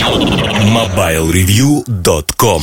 MobileReview.com.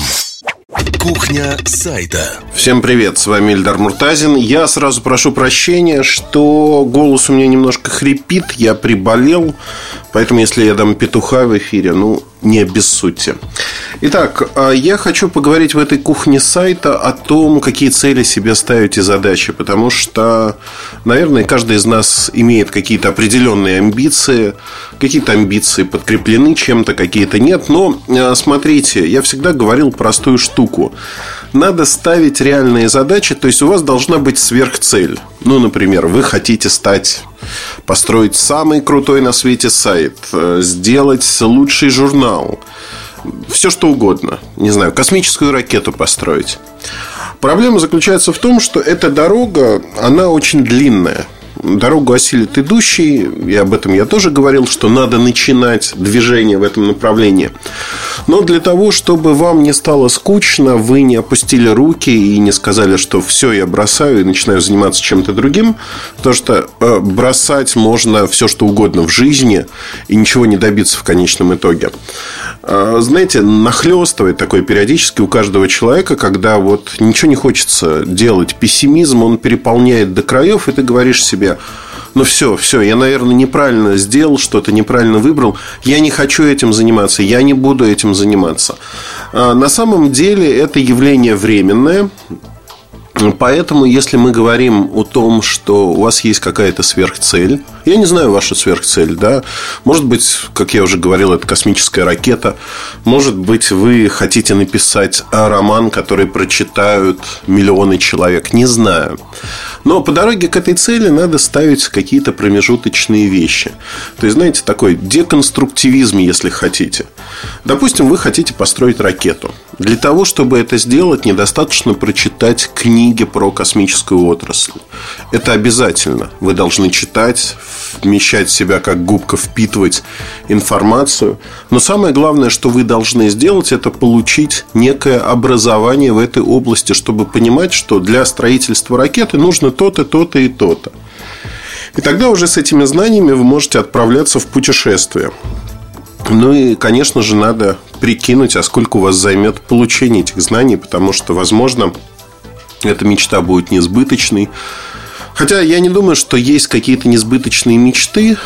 Кухня сайта. Всем привет, с вами Ильдар Муртазин. Я сразу прошу прощения, что голос у меня немножко хрипит. Я приболел, поэтому если я дам петуха в эфире, не обессудьте. Итак, я хочу поговорить в этой кухне сайта о том, какие цели себе ставить и задачи. Потому что, наверное, каждый из нас имеет какие-то определенные амбиции. Какие-то амбиции подкреплены чем-то, какие-то нет. Но смотрите, я всегда говорил простую штуку. Надо ставить реальные задачи. То есть у вас должна быть сверхцель. Например, вы хотите построить самый крутой на свете сайт, сделать лучший журнал, все что угодно. Не знаю, космическую ракету построить. Проблема заключается в том, что эта дорога, она очень длинная. Дорогу осилит идущий. И об этом я тоже говорил, что надо начинать движение в этом направлении. Но для того, чтобы вам не стало скучно, вы не опустили руки и не сказали, что все, я бросаю и начинаю заниматься чем-то другим. Потому что бросать можно все что угодно в жизни и ничего не добиться в конечном итоге. Знаете, нахлёстывает такое периодически у каждого человека, когда ничего не хочется делать. Пессимизм, он переполняет до краев, и ты говоришь себе: все, я, наверное, неправильно сделал, что-то неправильно выбрал. Я не хочу этим заниматься, я не буду этим заниматься. На самом деле это явление временное. Поэтому, если мы говорим о том, что у вас есть какая-то сверхцель, я не знаю вашу сверхцель, да? Может быть, как я уже говорил, это космическая ракета. Может быть, вы хотите написать роман, который прочитают миллионы человек. Не знаю. Но по дороге к этой цели надо ставить какие-то промежуточные вещи. То есть, знаете, такой деконструктивизм, если хотите. Допустим, вы хотите построить ракету. Для того, чтобы это сделать, недостаточно прочитать книги про космическую отрасль. Это обязательно. Вы должны читать, вмещать в себя как губка, впитывать информацию. Но самое главное, что вы должны сделать, это получить некое образование в этой области, чтобы понимать, что для строительства ракеты нужно то-то, то-то и то-то. И тогда уже с этими знаниями вы можете отправляться в путешествие. И, конечно же, надо прикинуть, а сколько у вас займет получение этих знаний, потому что, возможно, эта мечта будет несбыточной. Хотя я не думаю, что есть какие-то несбыточные мечты.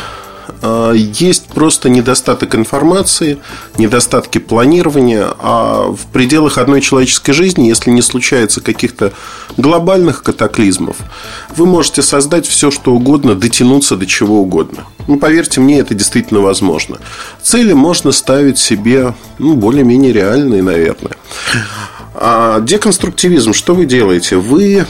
Есть просто недостаток информации, недостатки планирования. А в пределах одной человеческой жизни, если не случается каких-то глобальных катаклизмов, вы можете создать все, что угодно, дотянуться до чего угодно. Поверьте мне, это действительно возможно. Цели можно ставить себе более-менее реальные, наверное. Деконструктивизм. Что вы делаете? Вы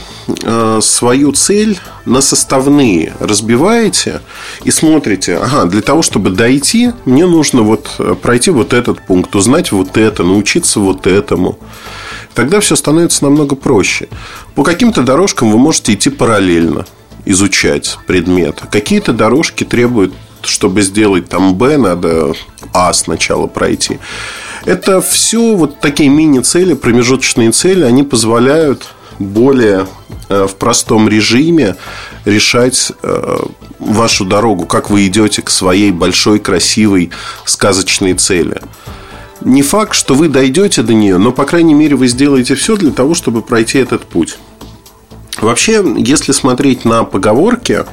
свою цель на составные разбиваете и смотрите: для того, чтобы дойти, мне нужно пройти этот пункт, узнать это, научиться этому. Тогда все становится намного проще. По каким-то дорожкам вы можете идти параллельно, изучать предмет. Какие-то дорожки требуют, чтобы сделать Б, надо А сначала пройти. Это все такие мини-цели, промежуточные цели. Они позволяют более в простом режиме решать вашу дорогу, как вы идете к своей большой, красивой, сказочной цели. Не факт, что вы дойдете до нее, но, по крайней мере, вы сделаете все для того, чтобы пройти этот путь. Вообще, если смотреть на поговорки,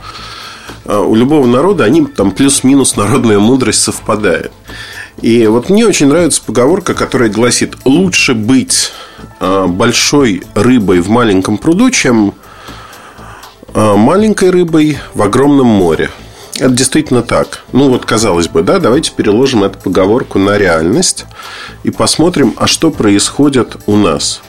у любого народа они плюс-минус народная мудрость совпадает. И мне очень нравится поговорка, которая гласит: лучше быть большой рыбой в маленьком пруду, чем маленькой рыбой в огромном море. Это действительно так. Казалось бы, да, давайте переложим эту поговорку на реальность и посмотрим, а что происходит у нас.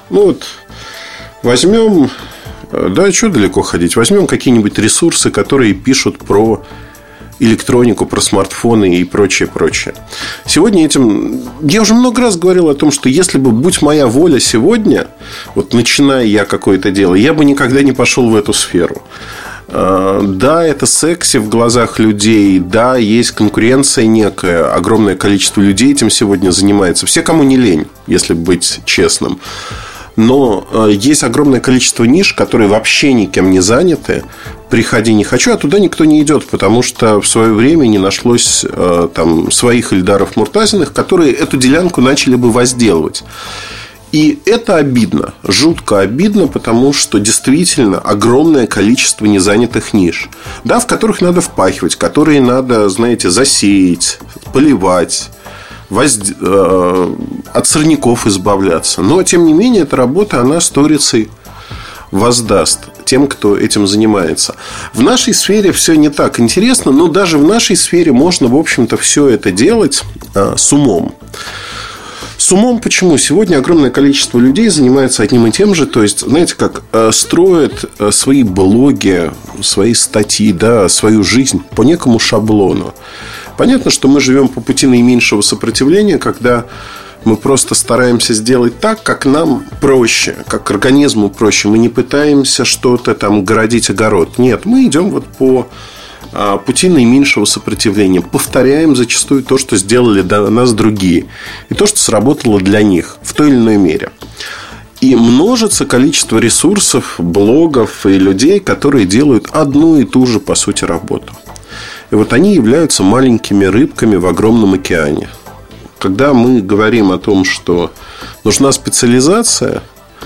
Возьмем, что далеко ходить, возьмем какие-нибудь ресурсы, которые пишут про электронику, про смартфоны и прочее. Сегодня я уже много раз говорил о том, что если бы, будь моя воля сегодня, начиная я какое-то дело, я бы никогда не пошел в эту сферу. Да, это секси в глазах людей. Да, есть конкуренция некая. Огромное количество людей этим сегодня занимается. Все, кому не лень, если быть честным. Но есть огромное количество ниш, которые вообще никем не заняты. Приходи, не хочу, а туда никто не идет, потому что в свое время не нашлось там своих Ильдаров Муртазиных, которые эту делянку начали бы возделывать. И это обидно, жутко обидно, потому что действительно огромное количество незанятых ниш, да, в которых надо впахивать, которые надо, знаете, засеять, поливать, от сорняков избавляться. Но, тем не менее, эта работа, она сторицей воздаст тем, кто этим занимается. В нашей сфере все не так интересно, но даже в нашей сфере можно, в общем-то, все это делать с умом. С умом почему? Сегодня огромное количество людей занимается одним и тем же. То есть, знаете, как строят свои блоги, свои статьи, да, свою жизнь по некому шаблону. Понятно, что мы живем по пути наименьшего сопротивления, когда мы просто стараемся сделать так, как нам проще, как организму проще. Мы не пытаемся что-то там городить огород. Нет, мы идем вот по пути наименьшего сопротивления. Повторяем зачастую то, что сделали до нас другие. И то, что сработало для них в той или иной мере. И множится количество ресурсов, блогов и людей, которые делают одну и ту же, по сути, работу. И вот они являются маленькими рыбками в огромном океане. Когда мы говорим о том, что нужна специализация,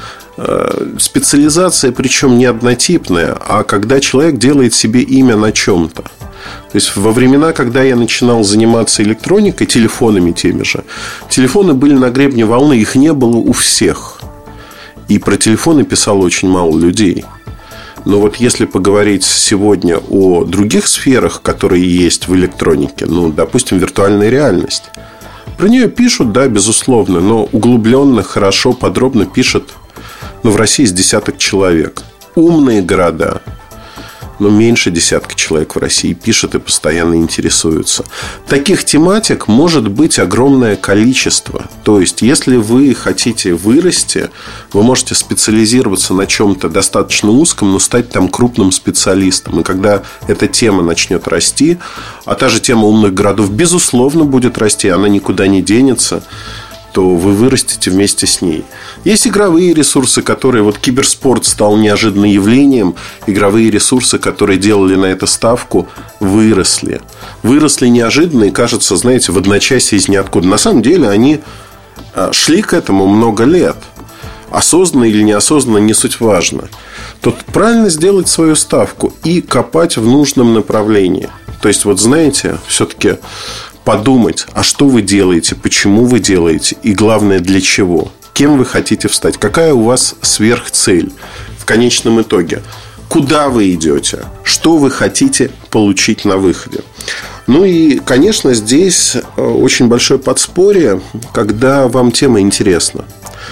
причем не однотипная, а когда человек делает себе имя на чем-то. То есть во времена, когда я начинал заниматься электроникой, телефонами теми же, телефоны были на гребне волны, их не было у всех. И про телефоны писало очень мало людей. Но вот если поговорить сегодня о других сферах, которые есть в электронике, ну, допустим, виртуальная реальность, про нее пишут, да, безусловно, но углубленно, хорошо, подробно пишут, ну, в России с десяток человек. Умные города, но меньше десятка человек в России пишут и постоянно интересуются. Таких тематик может быть огромное количество. То есть, если вы хотите вырасти, вы можете специализироваться на чем-то достаточно узком, но стать там крупным специалистом. И когда эта тема начнет расти, а та же тема умных городов, безусловно, будет расти, она никуда не денется, то вы вырастете вместе с ней. Есть игровые ресурсы, которые... Вот киберспорт стал неожиданным явлением. Игровые ресурсы, которые делали на это ставку, выросли. Выросли неожиданно и, кажется, знаете, в одночасье из ниоткуда. На самом деле они шли к этому много лет. Осознанно или неосознанно, не суть важно. Тут правильно сделать свою ставку и копать в нужном направлении. То есть, вот знаете, все-таки... подумать, а что вы делаете, почему вы делаете и, главное, для чего, кем вы хотите стать, какая у вас сверхцель в конечном итоге, куда вы идете, что вы хотите получить на выходе. Ну и, конечно, здесь очень большое подспорье, когда вам тема интересна.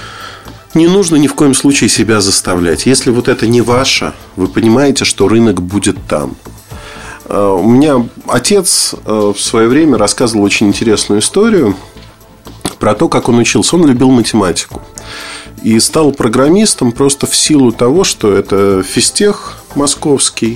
Не нужно ни в коем случае себя заставлять. Если вот это не ваше, вы понимаете, что рынок будет там. У меня отец в свое время рассказывал очень интересную историю про то, как он учился. Он любил математику и стал программистом просто в силу того, что это физтех московский.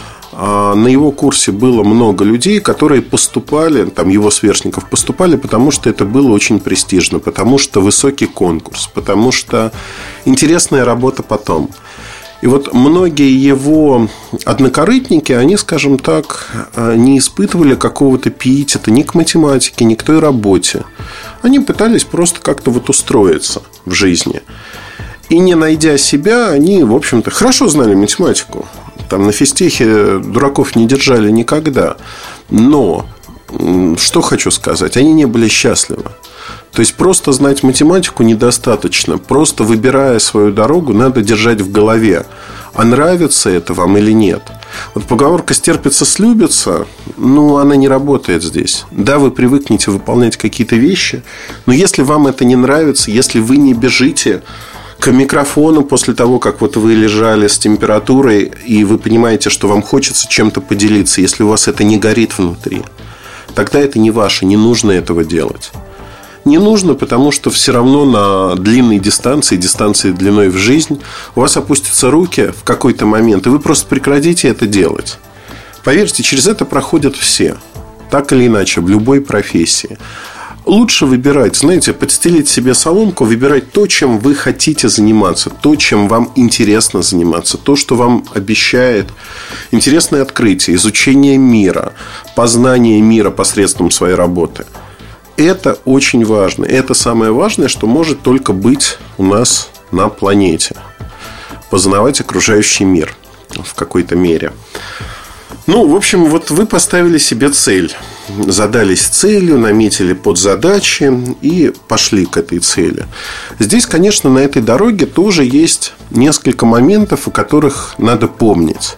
На его курсе было много людей, которые поступали, там его сверстников поступали, потому что это было очень престижно, потому что высокий конкурс, потому что интересная работа потом. И вот многие его однокорытники, они, скажем так, не испытывали какого-то пиетета ни к математике, ни к той работе. Они пытались просто как-то вот устроиться в жизни. И не найдя себя, они, в общем-то, хорошо знали математику. Там на физтехе дураков не держали никогда. Но, что хочу сказать, они не были счастливы. То есть просто знать математику недостаточно. Просто выбирая свою дорогу, надо держать в голове, а нравится это вам или нет. Вот поговорка «стерпится, слюбится», ну, она не работает здесь. Да, вы привыкнете выполнять какие-то вещи, но если вам это не нравится, если вы не бежите к микрофону после того, как вот вы лежали с температурой, и вы понимаете, что вам хочется чем-то поделиться, если у вас это не горит внутри, тогда это не ваше, не нужно этого делать. Не нужно, потому что все равно на длинной дистанции длиной в жизнь, у вас опустятся руки в какой-то момент, и вы просто прекратите это делать. Поверьте, через это проходят все, так или иначе, в любой профессии. лучше выбирать, знаете, подстелить себе соломку, выбирать то, чем вы хотите заниматься, то, чем вам интересно заниматься, то, что вам обещает интересное открытие, изучение мира, познание мира посредством своей работы. Это очень важно. Это самое важное, что может только быть у нас на планете. Познавать окружающий мир в какой-то мере. Ну, в общем, вот вы поставили себе цель. Задались целью, наметили подзадачи и пошли к этой цели. Здесь, конечно, на этой дороге тоже есть несколько моментов, о которых надо помнить.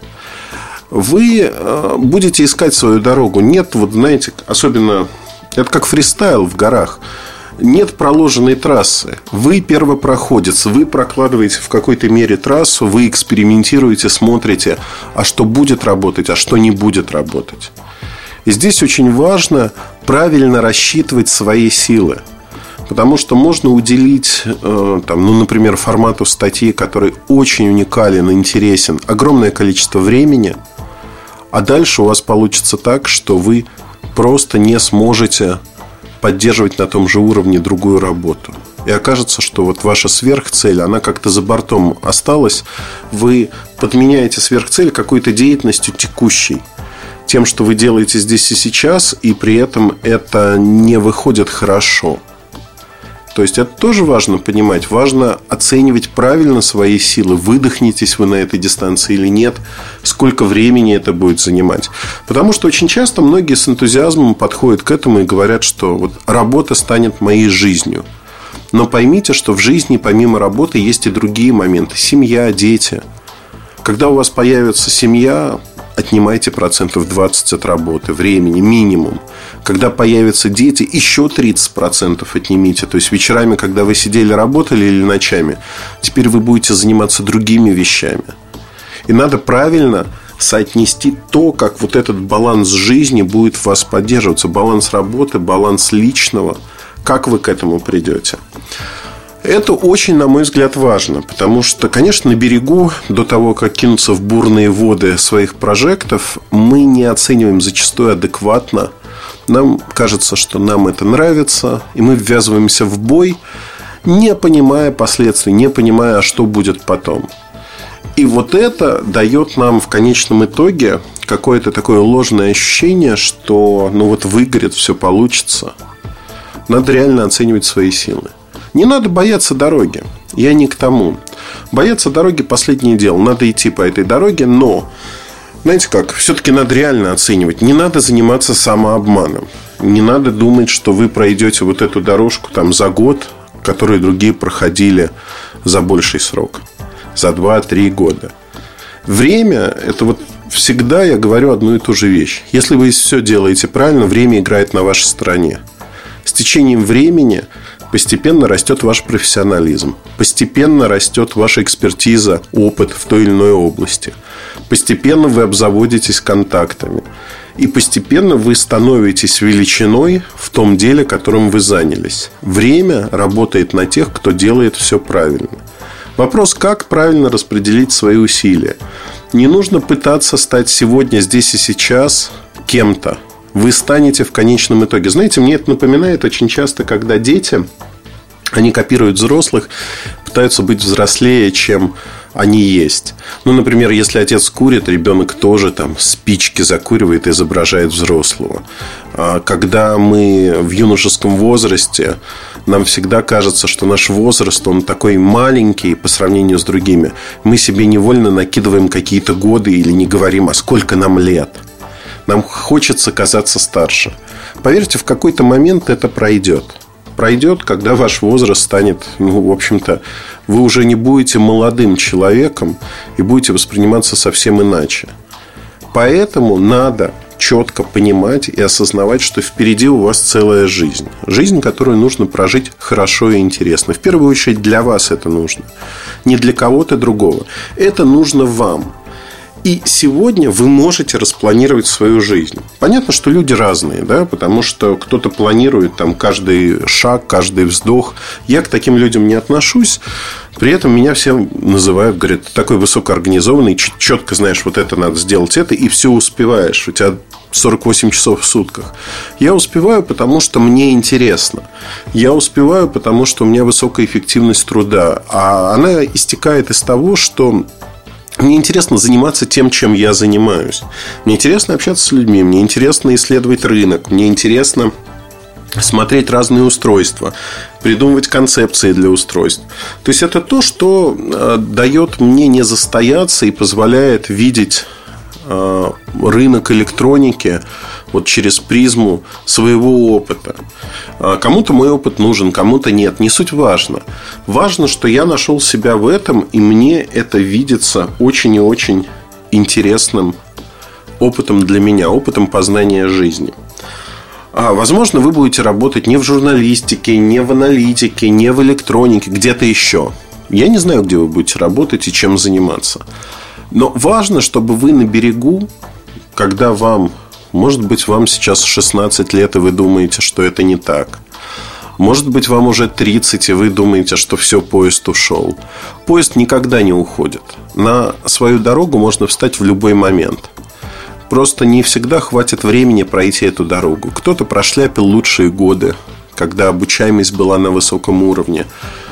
Вы будете искать свою дорогу. Нет, вот знаете, особенно это как фристайл в горах. Нет проложенной трассы. Вы первопроходец. Вы прокладываете в какой-то мере трассу. Вы экспериментируете, смотрите, а что будет работать, а что не будет работать. И здесь очень важно правильно рассчитывать свои силы. Потому что можно уделить, например, формату статьи, который очень уникален, интересен, огромное количество времени. А дальше у вас получится так, что вы просто не сможете поддерживать на том же уровне другую работу. И окажется, что вот ваша сверхцель, она как-то за бортом осталась. Вы подменяете сверхцель какой-то деятельностью текущей. Тем, что вы делаете здесь и сейчас, и при этом это не выходит хорошо. То есть это тоже важно понимать. Важно оценивать правильно свои силы. Выдохнетесь вы на этой дистанции или нет. Сколько времени это будет занимать. Потому что очень часто многие с энтузиазмом подходят к этому и говорят, что вот работа станет моей жизнью. Но поймите, что в жизни помимо работы есть и другие моменты. Семья, дети. Когда у вас появится семья, отнимайте 20% от работы, времени, минимум. Когда появятся дети, еще 30% отнимите. То есть вечерами, когда вы сидели, работали или ночами, теперь вы будете заниматься другими вещами. И надо правильно соотнести то, как вот этот баланс жизни будет в вас поддерживаться. Баланс работы, баланс личного. Как вы к этому придете? Это очень, на мой взгляд, важно. Потому что, конечно, на берегу, до того, как кинуться в бурные воды своих прожектов, мы не оцениваем зачастую адекватно. Нам кажется, что нам это нравится, и мы ввязываемся в бой, не понимая последствий, не понимая, что будет потом. И вот это дает нам в конечном итоге какое-то такое ложное ощущение, что выгорит, все получится. Надо реально оценивать свои силы. Не надо бояться дороги. Я не к тому. Бояться дороги – последнее дело. Надо идти по этой дороге, но, знаете как, все-таки надо реально оценивать. Не надо заниматься самообманом. Не надо думать, что вы пройдете вот эту дорожку за год, которую другие проходили за больший срок. За 2-3 года. Время – это всегда я говорю одну и ту же вещь. Если вы все делаете правильно, время играет на вашей стороне. С течением времени постепенно растет ваш профессионализм. Постепенно растет ваша экспертиза, опыт в той или иной области. Постепенно вы обзаводитесь контактами. И постепенно вы становитесь величиной в том деле, которым вы занялись. Время работает на тех, кто делает все правильно. Вопрос, как правильно распределить свои усилия. Не нужно пытаться стать сегодня, здесь и сейчас кем-то. Вы станете в конечном итоге. Знаете, мне это напоминает очень часто, когда дети, они копируют взрослых, пытаются быть взрослее, чем они есть. Например, если отец курит, ребенок тоже спички закуривает и изображает взрослого. Когда мы в юношеском возрасте, нам всегда кажется, что наш возраст, он такой маленький по сравнению с другими. Мы себе невольно накидываем какие-то годы или не говорим, а сколько нам лет. Нам хочется казаться старше. Поверьте, в какой-то момент это пройдет. Пройдет, когда ваш возраст станет, в общем-то, вы уже не будете молодым человеком и будете восприниматься совсем иначе. Поэтому надо четко понимать и осознавать, что впереди у вас целая жизнь. Жизнь, которую нужно прожить хорошо и интересно. В первую очередь для вас это нужно. Не для кого-то другого. Это нужно вам. И сегодня вы можете распланировать свою жизнь. Понятно, что люди разные, да, потому что кто-то планирует там каждый шаг, каждый вздох. Я к таким людям не отношусь. При этом меня все называют, говорят, ты такой высокоорганизованный, четко знаешь, вот это надо сделать, это, и все успеваешь. У тебя 48 часов в сутках. Я успеваю, потому что мне интересно. Я успеваю, потому что у меня высокая эффективность труда. А она истекает из того, что мне интересно заниматься тем, чем я занимаюсь. Мне интересно общаться с людьми. Мне интересно исследовать рынок. Мне интересно смотреть разные устройства, придумывать концепции для устройств. То есть это то, что дает мне не застояться и позволяет видеть рынок электроники вот через призму своего опыта. Кому-то мой опыт нужен, кому-то нет. Не суть важно. Важно, что я нашел себя в этом, и мне это видится очень и очень интересным опытом для меня, опытом познания жизни. Возможно, вы будете работать не в журналистике, не в аналитике, не в электронике, где-то еще. Я не знаю, где вы будете работать и чем заниматься. Но важно, чтобы вы на берегу, когда вам, может быть, вам сейчас 16 лет, и вы думаете, что это не так. Может быть, вам уже 30, и вы думаете, что все, поезд ушел. Поезд никогда не уходит. На свою дорогу можно встать в любой момент. Просто не всегда хватит времени пройти эту дорогу. Кто-то прошляпил лучшие годы, когда обучаемость была на высоком уровне.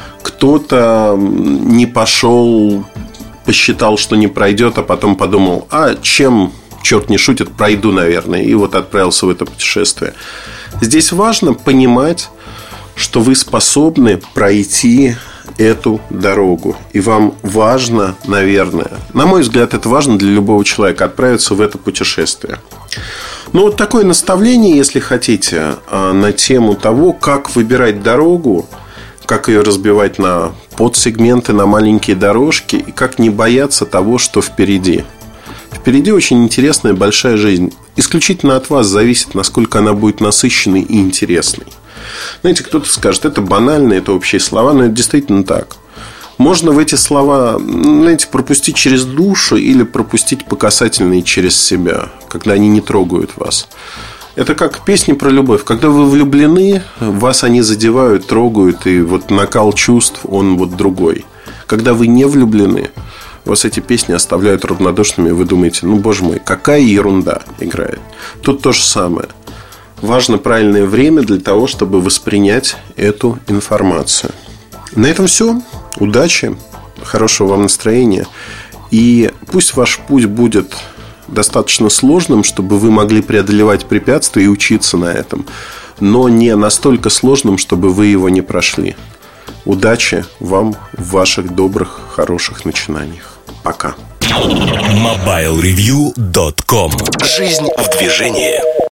Кто-то не пошел, посчитал, что не пройдет, а потом подумал, чем черт не шутит, пройду, наверное. И вот отправился в это путешествие. Здесь важно понимать, что вы способны пройти эту дорогу. И вам важно, наверное, на мой взгляд, это важно для любого человека, отправиться в это путешествие. Ну, вот такое наставление, если хотите, на тему того, как выбирать дорогу, как ее разбивать на подсегменты, на маленькие дорожки, и как не бояться того, что впереди. Впереди очень интересная большая жизнь. Исключительно от вас зависит, насколько она будет насыщенной и интересной. Знаете, кто-то скажет, это банально, это общие слова, но это действительно так. Можно в эти слова, знаете, пропустить через душу или пропустить по касательной через себя, когда они не трогают вас. Это как песни про любовь. Когда вы влюблены, вас они задевают, трогают, и вот накал чувств, он вот другой. Когда вы не влюблены, вас эти песни оставляют равнодушными, и вы думаете, ну, боже мой, какая ерунда играет. Тут то же самое. Важно правильное время для того, чтобы воспринять эту информацию. На этом все. Удачи, хорошего вам настроения. И пусть ваш путь будет достаточно сложным, чтобы вы могли преодолевать препятствия и учиться на этом, но не настолько сложным, чтобы вы его не прошли. Удачи вам в ваших добрых, хороших начинаниях. Пока. MobileReview.com. Жизнь в движении.